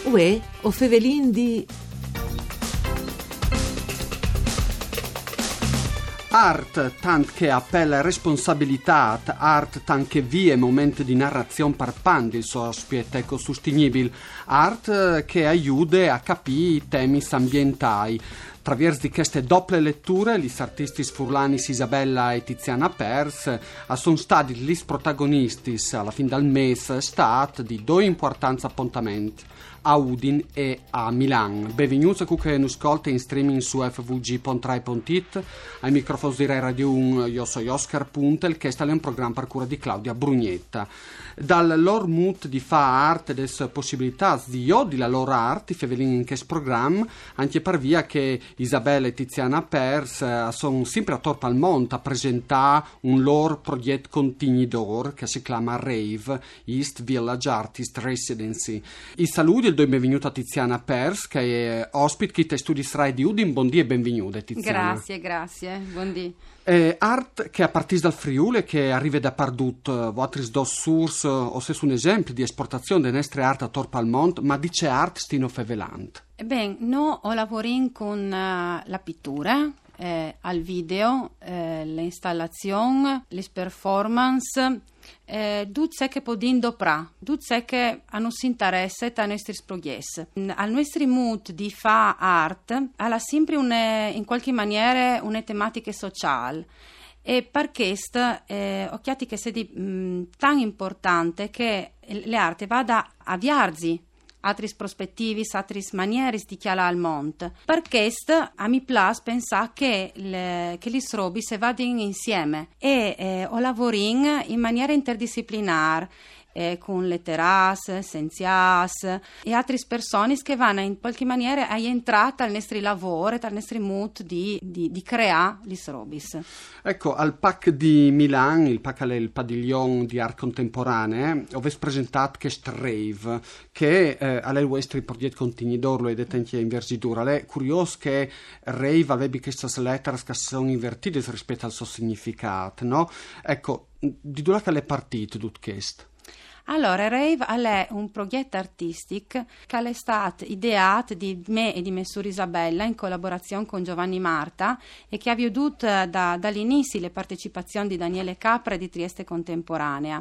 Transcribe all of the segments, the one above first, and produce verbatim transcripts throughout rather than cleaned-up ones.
Uè, o fevelin di... Art, tant che appella responsabilità, art, tant che vie momenti di narrazione per pandi il suo aspetto sostenibile, art che aiuta a capire i temi ambientali. Attraverso di queste doppie letture, gli artisti furlani Isabella e Tiziana Pers sono stati gli protagonisti alla fine del mese stat di due importanti appuntamenti a Udin e a Milan. Benvenuti a che nos ascolta in streaming su f v g punto rai punto it. Ai microfoni di Rai Radio uno io sono Oscar Puntel, che sta in un programma per cura di Claudia Brugnetta. Dal loro mood di fa arte e delle possibilità di io di la loro arte, fevelin in questo programma, anche per via che Isabella e Tiziana Pers sono sempre a torpa al mondo a presentare un loro progetto contenidor che si chiama Rave, East Village Artist Residency. I saluti il benvenuto a Tiziana Pers, che è ospite che studi Rai di Udin. Buondì e benvenuta, Tiziana. Grazie, grazie, buondì. Eh, art che a partire dal Friuli che arriva da Pardut, vostri dos source o se un esempio di esportazione delle nostre arte a torpa al mondo, ma dice art stino fevelant. Ben, no, ho lavorato con uh, la pittura, eh, al video, eh, le installazioni, le performance, eh, tutto che podin dopra, tutto che hanno si interesse ai nostri progetti. Al nostro mood di fa art, ha sempre une, in qualche maniera una tematica sociale. E per questo eh, ho chiaro che sia di mh, tan importante che le arti vada a avviarsi altri prospettivi, altre maniere di chialare al mondo. Per questo a mi piace pensare che le, che gli robi se vadano insieme e eh, ho lavorato in maniera interdisciplinare eh, con le terrasse, scienziati e altre persone che vanno in qualche maniera a entrare al nostro lavoro e al nostro mood di, di, di creare gli robi. Ecco, al P A C di Milan, il P A C è il padiglione di arte contemporanea, eh, ho presentato questo Rave, che eh, è il vostro progetto contenidor, lo avete anche in versidura. È curioso che Rave aveva queste lettere che sono invertite rispetto al suo significato, no? Ecco, di dove è partito tutto questo? Allora, Rave è un progetto artistico che è stato ideato di me e di Messur Isabella in collaborazione con Giovanni Marta e che ha veduto da, dall'inizio le partecipazioni di Daniele Capra e di Trieste Contemporanea.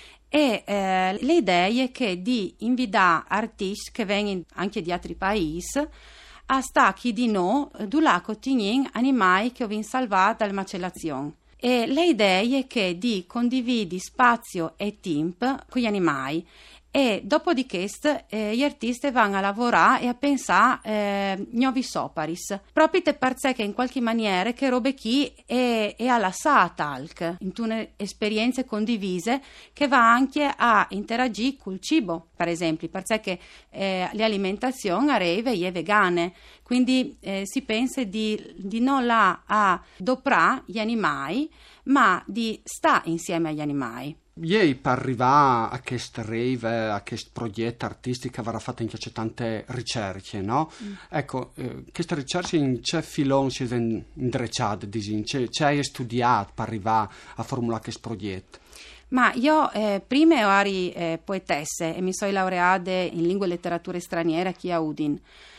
E eh, l'idea è che di invitare artisti che vengono anche di altri paesi a stare di noi, dove continuano animali che vengono salvati dalla macellazione. E l'idea è che di condividere spazio e tempo con gli animali e dopo di questo eh, gli artisti vanno a lavorare e a pensare eh, nuovi soparis proprio perché in qualche maniera che robe chi è, è alla sa talc in tune esperienze condivise che va anche a interagire col cibo, per esempio perché eh, le alimentazioni a Rave è vegane, quindi eh, si pensa di, di non là a doprare gli animali ma di sta insieme agli animali. Ieri per arrivare a questo rave, a questo progetto artistico avrà fatto anche tante ricerche, no? Mm. Ecco, eh, queste ricerche in che filone si sono indrecciate, c'è, c'hai studiato per arrivare a formulare questo progetto? Ma io eh, prima ero eh, poetessa e mi sono laureata in lingue e letterature straniere qui a Udin.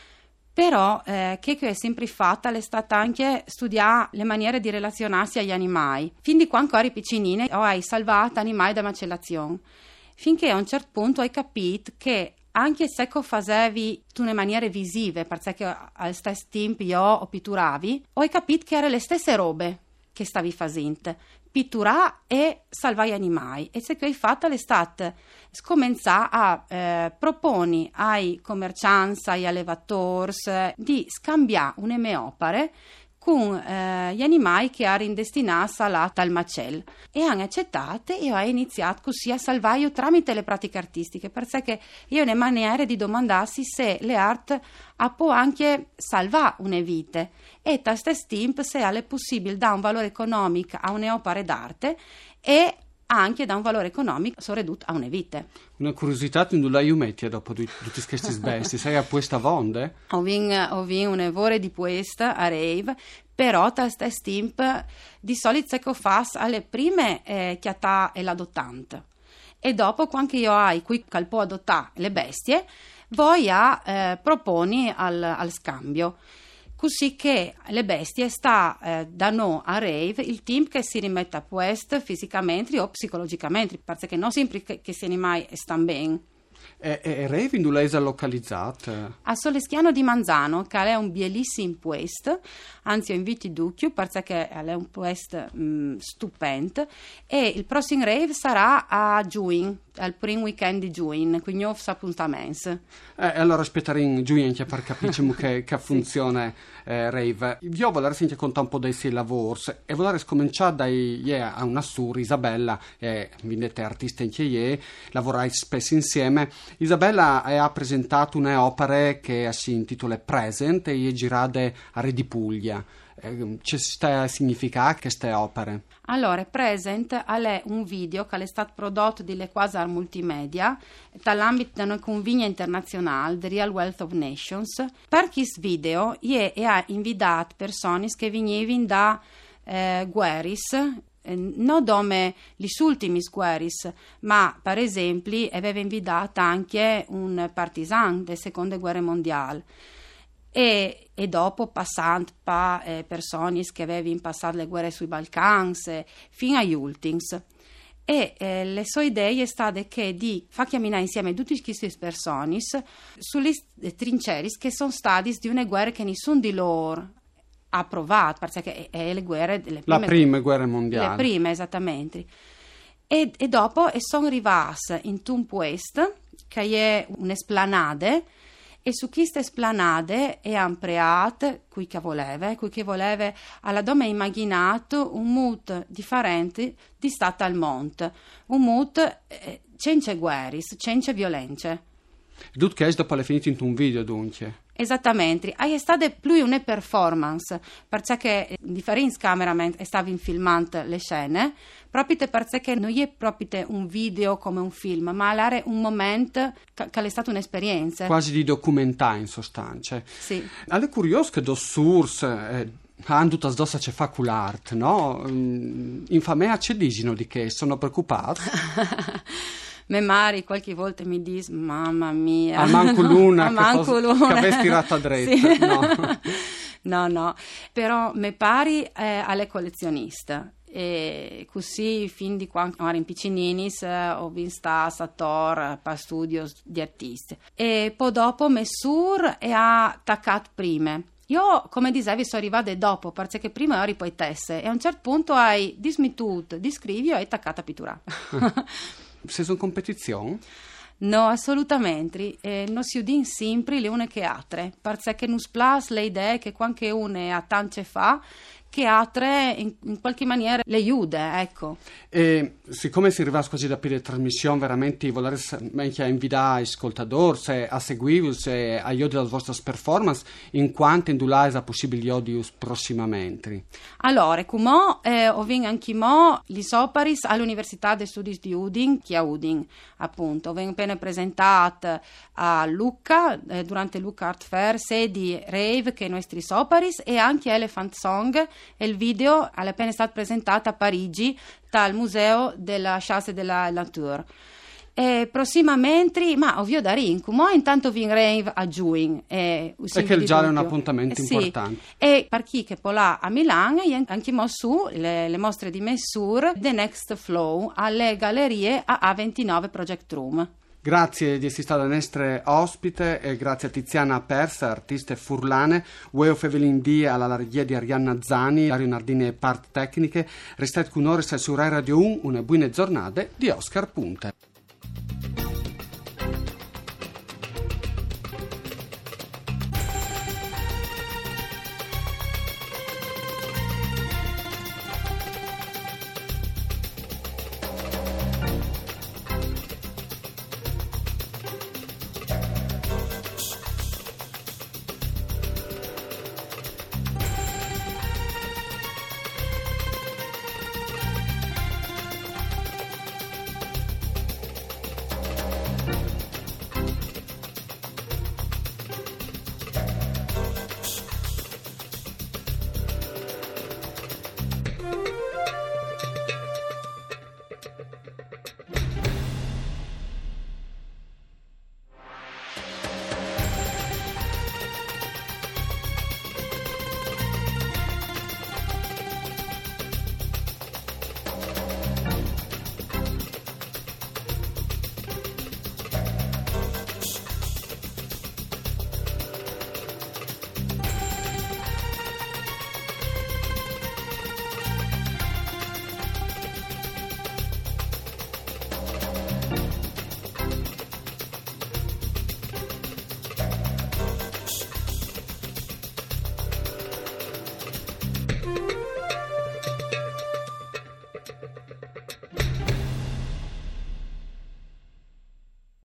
Però eh, che che è sempre fatta è stata anche studiare le maniere di relazionarsi agli animali. Fin di quando eri piccinine ho salvato animali da macellazione. Finché a un certo punto hai capito che anche se facevi tu in maniere visive, perché al stesso tempo io ho pitturavi, ho capito che erano le stesse robe che stavi facendo. Pitturare e salvare gli animali. E se che hai fatto è stato scominciare a eh, proporre ai commercianti, agli allevatori di scambiare un emeopare con eh, gli animali che erano destinati al macello e hanno accettato e ho iniziato così a salvare io tramite le pratiche artistiche perché io ho una maniera di domandarsi se le arte può anche salvare una vita e a stesso tempo se è possibile dare un valore economico a un'opera d'arte e anche da un valore economico soprattutto a una vita. Una curiosità, non l'hai metti dopo tutti questi sbesti, sei a questa vonde? Ho vinto un evore di questa a Rave, però a stesso tempo di solito se che fa alle prime eh, chiatà e l'adottante e dopo quando io hai qui che può adottare le bestie voi a eh, proponi al, al scambio. Così che le bestie sta eh, da no a rave il team che si rimette a posto fisicamente o psicologicamente, perché non sempre che, che si animali stanno bene. E, e rave in dove è localizzata? A Soleschiano di Manzano, che è un bellissimo posto, anzi ho invito Ducchio perché è un posto mh, stupendo, e il prossimo rave sarà a giugno, al primo weekend di giugno, quindi ho appuntamento. Eh, allora aspettare in giugno anche per capire che, che funziona eh, rave. Io volevo sentire contare un po' dei suoi lavori e volevo cominciare da yeah, a una sura, Isabella, eh, vedete artista anche io, lavorai spesso insieme. Isabella ha presentato un'opera che si intitola Present e è girata a Re di Puglia. Eh, che sta a significare queste opere? Allora, Present è un video che è stato prodotto dalle Quasar Multimedia dall'ambito di una convegno internazionale, The Real Wealth of Nations. Per questo video, io ho invitato persone che venivano da eh, guerris, eh, non come gli ultimi guerris, ma per esempio aveva invitato anche un partisan della seconda guerra mondiale. E, e dopo passando per eh, persone che avevano passato le guerre sui Balcani eh, fino agli ultimi. E eh, le sue idee è state che di far camminare insieme tutte queste persone sulle trincee che sono state di una guerra che nessuno di loro ha provato, perché è, è le guerre le prime, la prima guerra mondiale. Le prime, esattamente. E, e dopo e sono arrivate in un posto che è un'esplanade. E su queste esplanade è ampliato qui che voleva, qui che voleva, alla donna immaginato un mood differente di stato al mondo, un mood eh, senza guerre, senza violenze. Tutto che è dopo è finito in un video, dunque. Esattamente, è stata più una performance, perché differenti cameraman stavano filmando le scene, proprio perché non è proprio un video come un film, ma è un momento che è stata un'esperienza. Quasi di documentare in sostanza. Sì. È curioso che do source... Eh, hanno tutte le dosse che fa l'arte, no? In famiglia ci dicono di che sono preoccupati. Me Mari qualche volta mi dice mamma mia a manco l'una, a manco che, l'una. Che avessi tirato a dritta. Sì. No. no no però me pari eh, alle collezioniste e così fin di quando ero piccinini eh, ho visto a Sator per studios di artisti e poi dopo Messur e ha attaccato prima. Io, come dicevi, sono arrivata dopo, perché prima ero poetesse e a un certo punto hai dismi tutto, descrivi e hai attaccato a pitturare. Sei in competizione? No, assolutamente. Eh, non si udiva sempre le une che altre, perché non splas le idee che qualche una a tante fa, che altre in, in qualche maniera le aiuta, ecco. E siccome si arriva così da più trasmissione, veramente volere anche invitare gli ascoltatori a seguirvi e a aiutare le vostre performance, in quanto indulare la possibilità di prossimamente. Allora, come eh, ho vinto anche mo gli soparis all'Università dei Studi di Udin, che a Udin, appunto. Ho appena presentato a Lucca, eh, durante Lucca Art Fair, sedi rave che i nostri soparis e anche Elephant Song. E il video è appena stato presentato a Parigi dal Museo della Chasse et de la Nature. E prossimamente, ma ovvio da Rincumo, intanto vinrei a giugno. E, e che già è un appuntamento eh, sì. importante. E per chi che poi là a Milano, anche mo su le, le mostre di Messur, The Next Flow, alle gallerie a A ventinove Project Room. Grazie di essere stata nostra ospite e grazie a Tiziana Persa, artista furlane, Ueo Fevelin D alla regia di Arianna Zani, Dario Nardini e part tecniche. Restate con noi su Rai Radio uno, una buona giornata di Oscar Punte.